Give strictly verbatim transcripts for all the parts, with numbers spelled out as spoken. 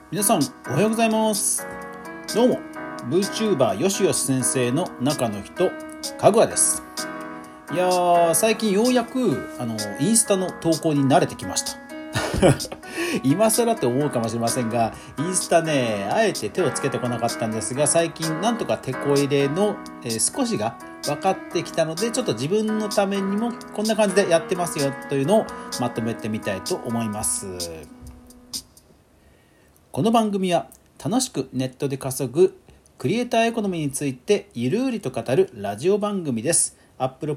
皆さんおはようございます。どうも VTuber よしよし先生の中の人かぐわです。いやー最近ようやくあのインスタの投稿に慣れてきました今更って思うかもしれませんが、インスタねあえて手をつけてこなかったんですが、最近なんとかテこ入れの、えー、少しが分かってきたので、ちょっと自分のためにもこんな感じでやってますよというのをまとめてみたいと思います。この番組は楽しくネットで稼ぐクリエイターエコノミーについてゆるりと語るラジオ番組です。 Apple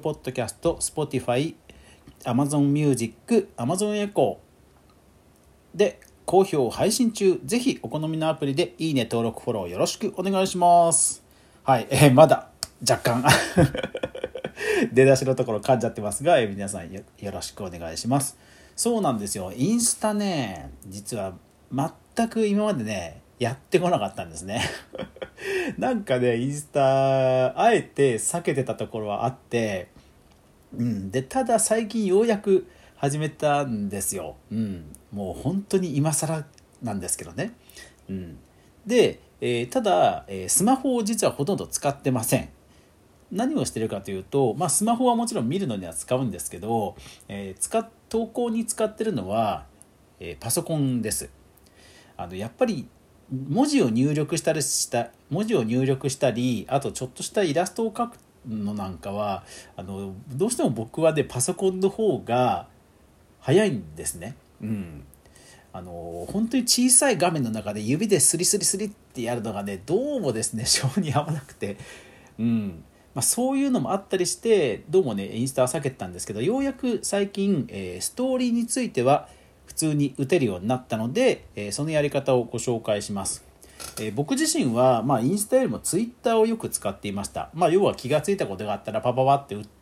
Podcast、Spotify、Amazon Music、Amazon Echo で好評配信中。ぜひお好みのアプリでいいね、登録、フォローよろしくお願いします。はい、えー、まだ若干出だしのところ噛んじゃってますが、えー、皆さん よ, よろしくお願いします。そうなんですよ、インスタね実は全く今までねやってこなかったんですねなんかねインスタあえて避けてたところはあって、うん、でただ最近ようやく始めたんですよ、うん、もう本当に今更なんですけどね、うん、で、えー、ただ、えー、スマホを実はほとんど使ってません。何をしてるかというと、まあ、スマホはもちろん見るのには使うんですけど、えー、使投稿に使ってるのは、えー、パソコンです。あのやっぱり文字を入力したりした文字を入力したり、あとちょっとしたイラストを描くのなんかはあのどうしても僕はねパソコンの方が早いんですね。うん。あの本当に小さい画面の中で指でスリスリスリってやるのがねどうもですね性に合わなくて、うんまあ、そういうのもあったりしてどうもねインスタは避けてたんですけど、ようやく最近、えー、ストーリーについては普通に打てるようになったので、えー、そのやり方をご紹介します。えー、僕自身は、まあ、インスタよりもツイッターをよく使っていました。まあ、要は気がついたことがあったらパパパって打って、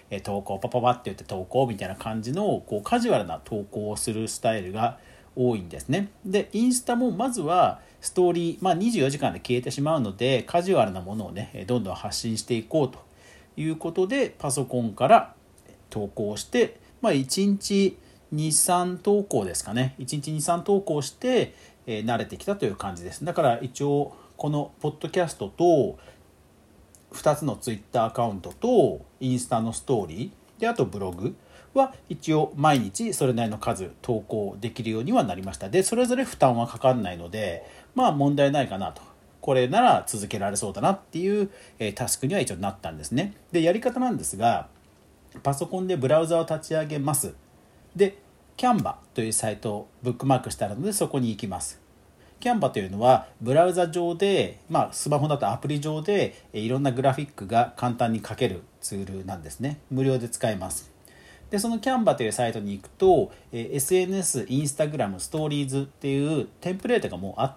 えー、投稿パパパって打って投稿みたいな感じのこうカジュアルな投稿をするスタイルが多いんですね。でインスタもまずはストーリー、まあ、にじゅうよじかんで消えてしまうのでカジュアルなものをねどんどん発信していこうということでパソコンから投稿して、まあ、いちにちに、さん投稿ですかね。いちにちに、さん投稿して、えー、慣れてきたという感じです。だから一応このポッドキャストとふたつのツイッターアカウントとインスタのストーリーで、あとブログは一応毎日それなりの数投稿できるようにはなりました。でそれぞれ負担はかかんないのでまあ問題ないかなと、これなら続けられそうだなっていう、えー、タスクには一応なったんですね。でやり方なんですが、パソコンでブラウザを立ち上げます。でキャンバというサイトをブックマークしてあるのでそこに行きます。キャンバというのはブラウザ上で、まあ、スマホだとアプリ上でいろんなグラフィックが簡単に描けるツールなんですね。無料で使えます。でそのキャンバというサイトに行くと エスエヌエス、インスタグラム、ストーリーズっていうテンプレートがもうあって、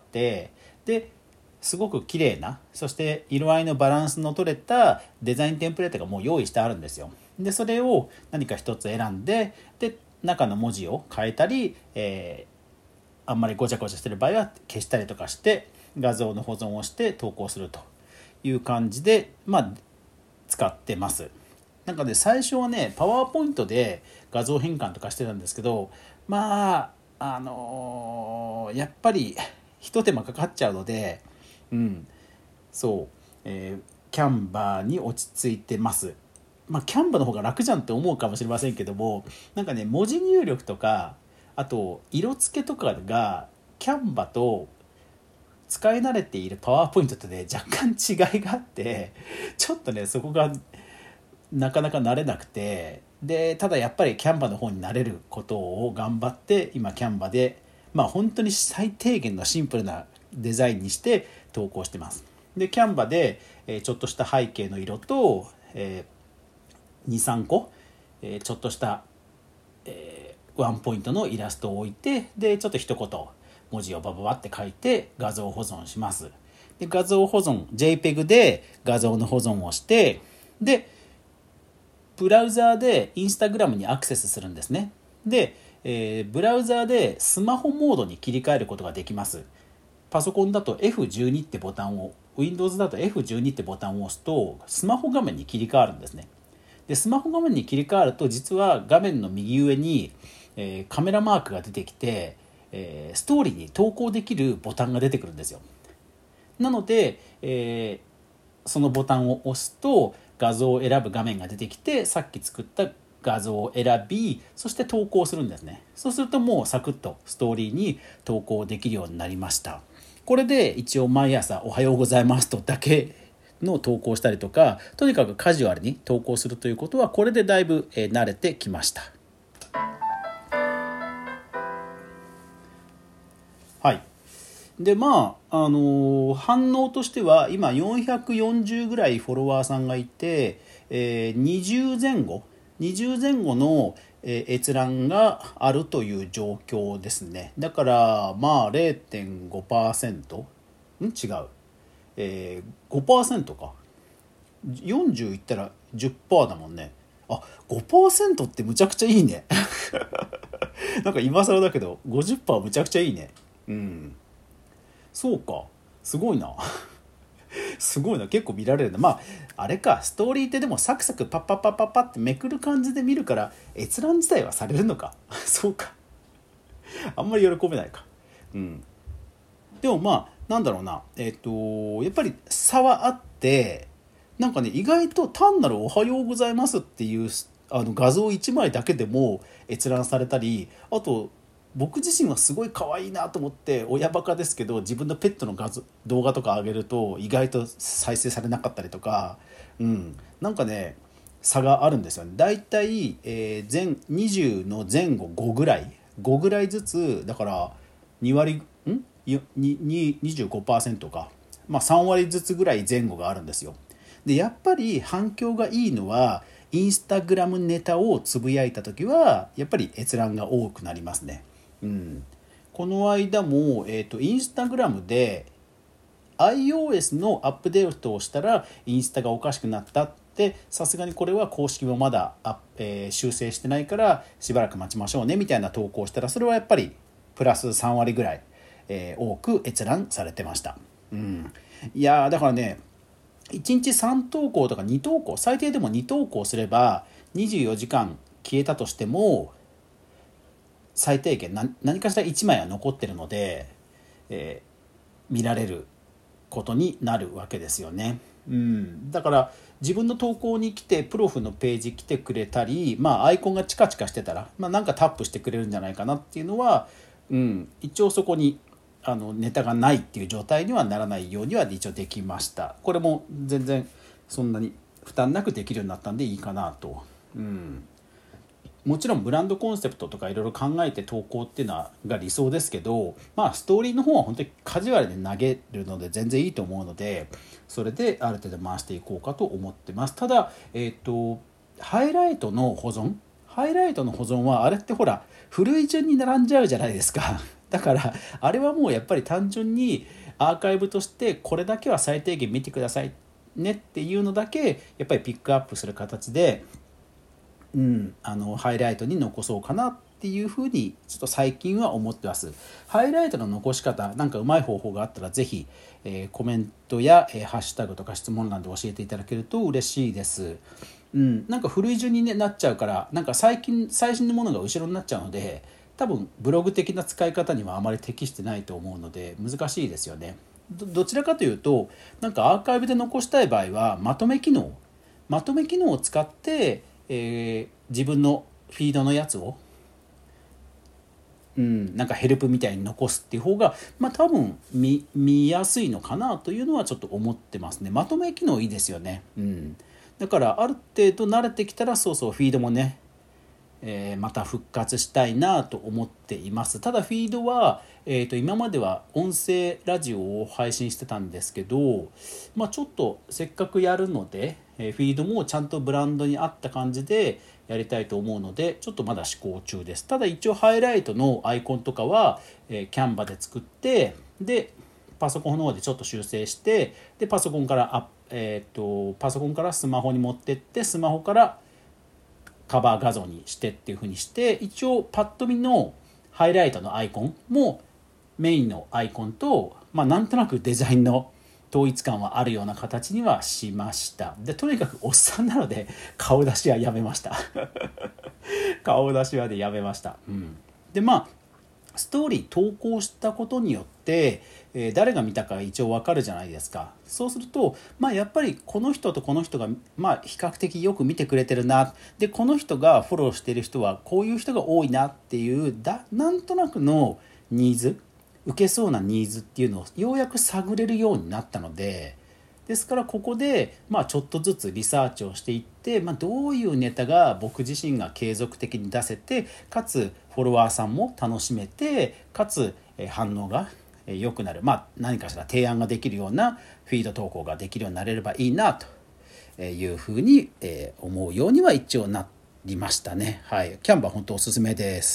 ですごく綺麗な、そして色合いのバランスの取れたデザインテンプレートがもう用意してあるんですよ。でそれを何か一つ選んで、で中の文字を変えたり、えー、あんまりごちゃごちゃしてる場合は消したりとかして画像の保存をして投稿するという感じで、まあ、使ってます。なんかね最初はねパワーポイントで画像変換とかしてたんですけど、まああのー、やっぱり一手間かかっちゃうので、うんそう、えー、キャンバーに落ち着いてます。まあ、キャンバの方が楽じゃんって思うかもしれませんけども、なんかね文字入力とかあと色付けとかがキャンバと使い慣れているパワーポイントとね若干違いがあって、ちょっとねそこがなかなか慣れなくて、でただやっぱりキャンバの方に慣れることを頑張って今キャンバでまあ本当に最低限のシンプルなデザインにして投稿してます。でキャンバでちょっとした背景の色と、えーにさんこ、えー、ちょっとした、えー、ワンポイントのイラストを置いて、でちょっと一言文字をバババって書いて画像保存します。で画像保存 JPEG で画像の保存をして、でブラウザーでインスタグラムにアクセスするんですね。で、えー、ブラウザーでスマホモードに切り替えることができます。パソコンだと エフじゅうに ってボタンを Windows だと エフじゅうに ってボタンを押すとスマホ画面に切り替わるんですね。でスマホ画面に切り替わると実は画面の右上に、えー、カメラマークが出てきて、 えー、ストーリーに投稿できるボタンが出てくるんですよ。なので、えー、そのボタンを押すと画像を選ぶ画面が出てきて、さっき作った画像を選び、そして投稿するんですね。そうするともうサクッとストーリーに投稿できるようになりました。これで一応毎朝おはようございますとだけの投稿したりとか、とにかくカジュアルに投稿するということはこれでだいぶ慣れてきました。はい。でまああのー、反応としては今よんひゃくよんじゅうぐらいフォロワーさんがいて、えー、にじゅう前後にじゅう前後の閲覧があるという状況ですね。だからまあ れいてんごパーセント ん違う、えー、ごパーセント か。よんじゅういったら じゅっパーセント だもんね。あ ごパーセント ってむちゃくちゃいいねなんか今更だけど ごじゅっパーセント むちゃくちゃいいね。うんそうか、すごいなすごいな、結構見られるな。まああれか、ストーリーってでもサクサクパッパッパッパッパってめくる感じで見るから閲覧自体はされるのかそうか、あんまり喜べないか。うんでもまあなんだろうな、えっとやっぱり差はあって、なんかね意外と単なるおはようございますっていうあの画像いちまいだけでも閲覧されたり、あと僕自身はすごい可愛いなと思って親バカですけど自分のペットの画像動画とか上げると意外と再生されなかったりとか、うん、なんかね差があるんですよね。だいたい、えー、前にじゅうの前後ごぐらいごぐらいずつだからに割んにに にじゅうごパーセント か、まあ、さん割ずつぐらい前後があるんですよ。でやっぱり反響がいいのはインスタグラムネタをつぶやいた時はやっぱり閲覧が多くなりますね。うん、この間も、えーと、インスタグラムで iOS のアップデートをしたらインスタがおかしくなったって、さすがにこれは公式もまだ、えー、修正してないからしばらく待ちましょうねみたいな投稿をしたら、それはやっぱりプラスさん割ぐらい、えー、多く閲覧されてました。うん、いやだからねいちにちさん投稿とかに投稿、最低でもに投稿すればにじゅうよじかん消えたとしても最低限何何かしらいちまいは残ってるので、えー、見られることになるわけですよね。うん、だから自分の投稿に来てプロフのページ来てくれたり、まあ、アイコンがチカチカしてたら、まあ、なんかタップしてくれるんじゃないかなっていうのは、うん、一応そこにあのネタがないっていう状態にはならないようには一応できました。これも全然そんなに負担なくできるようになったんでいいかなと。うんもちろんブランドコンセプトとかいろいろ考えて投稿っていうのが理想ですけど、まあストーリーの方は本当にカジュアルに投げるので全然いいと思うので、それである程度回していこうかと思ってます。ただ、えっとハイライトの保存ハイライトの保存はあれってほら古い順に並んじゃうじゃないですかだからあれはもうやっぱり単純にアーカイブとしてこれだけは最低限見てくださいねっていうのだけやっぱりピックアップする形で、うん、あのハイライトに残そうかなっていうふうにちょっと最近は思ってます。ハイライトの残し方なんかうまい方法があったらぜひ、えー、コメントや、えー、ハッシュタグとか質問欄で教えていただけると嬉しいです。うん、なんか古い順に、ね、なっちゃうからなんか最近最新のものが後ろになっちゃうので多分ブログ的な使い方にはあまり適してないと思うので難しいですよね。 ど, どちらかというとなんかアーカイブで残したい場合はまとめ機能まとめ機能を使ってえー、自分のフィードのやつを、うん、なんかヘルプみたいに残すっていう方が、まあ、多分 見, 見やすいのかなというのはちょっと思ってますね。まとめ機能いいですよね、うん、だからある程度慣れてきたらそうそうフィードもね、えー、また復活したいなと思っています。ただフィードは、えー、と今までは音声ラジオを配信してたんですけど、まあ、ちょっとせっかくやるので、えー、フィードもちゃんとブランドに合った感じでやりたいと思うのでちょっとまだ試行中です。ただ一応ハイライトのアイコンとかは、えー、キャンバで作ってでパソコンの方でちょっと修正してでパソコンからあ、えー、とパソコンからスマホに持ってってスマホからカバー画像にしてっていう風にして一応パッと見のハイライトのアイコンもメインのアイコンと、まあ、なんとなくデザインの統一感はあるような形にはしました。でとにかくおっさんなので顔出しはやめました顔出しはでやめました、うん、でまあストーリー投稿したことによって、えー、誰が見たか一応わかるじゃないですか。そうすると、まあ、やっぱりこの人とこの人が、まあ、比較的よく見てくれてるな、でこの人がフォローしている人はこういう人が多いなっていうだなんとなくのニーズ、受けそうなニーズっていうのをようやく探れるようになったので、ですからここで、まあ、ちょっとずつリサーチをしていって、まあ、どういうネタが僕自身が継続的に出せて、かつフォロワーさんも楽しめて、かつ反応が良くなる、まあ、何かしら提案ができるようなフィード投稿ができるようになれればいいなというふうに思うようには一応なりましたね。はい、キャンバ本当おすすめです。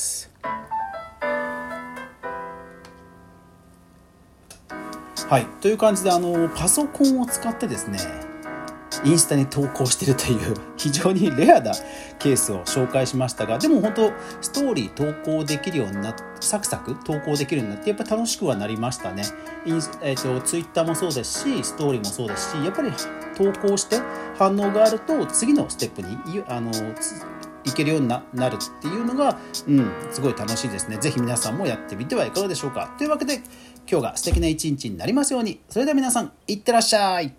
はい、という感じであのパソコンを使ってですね、インスタに投稿しているという非常にレアなケースを紹介しましたが、でも本当ストーリー投稿できるようになって、サクサク投稿できるようになってやっぱり楽しくはなりましたね。インス、えーと、ツイッターもそうですし、ストーリーもそうですし、やっぱり投稿して反応があると次のステップにあのいけるようになるっていうのが、うん、すごい楽しいですね。ぜひ皆さんもやってみてはいかがでしょうか。というわけで今日が素敵な一日になりますように。それでは皆さんいってらっしゃい。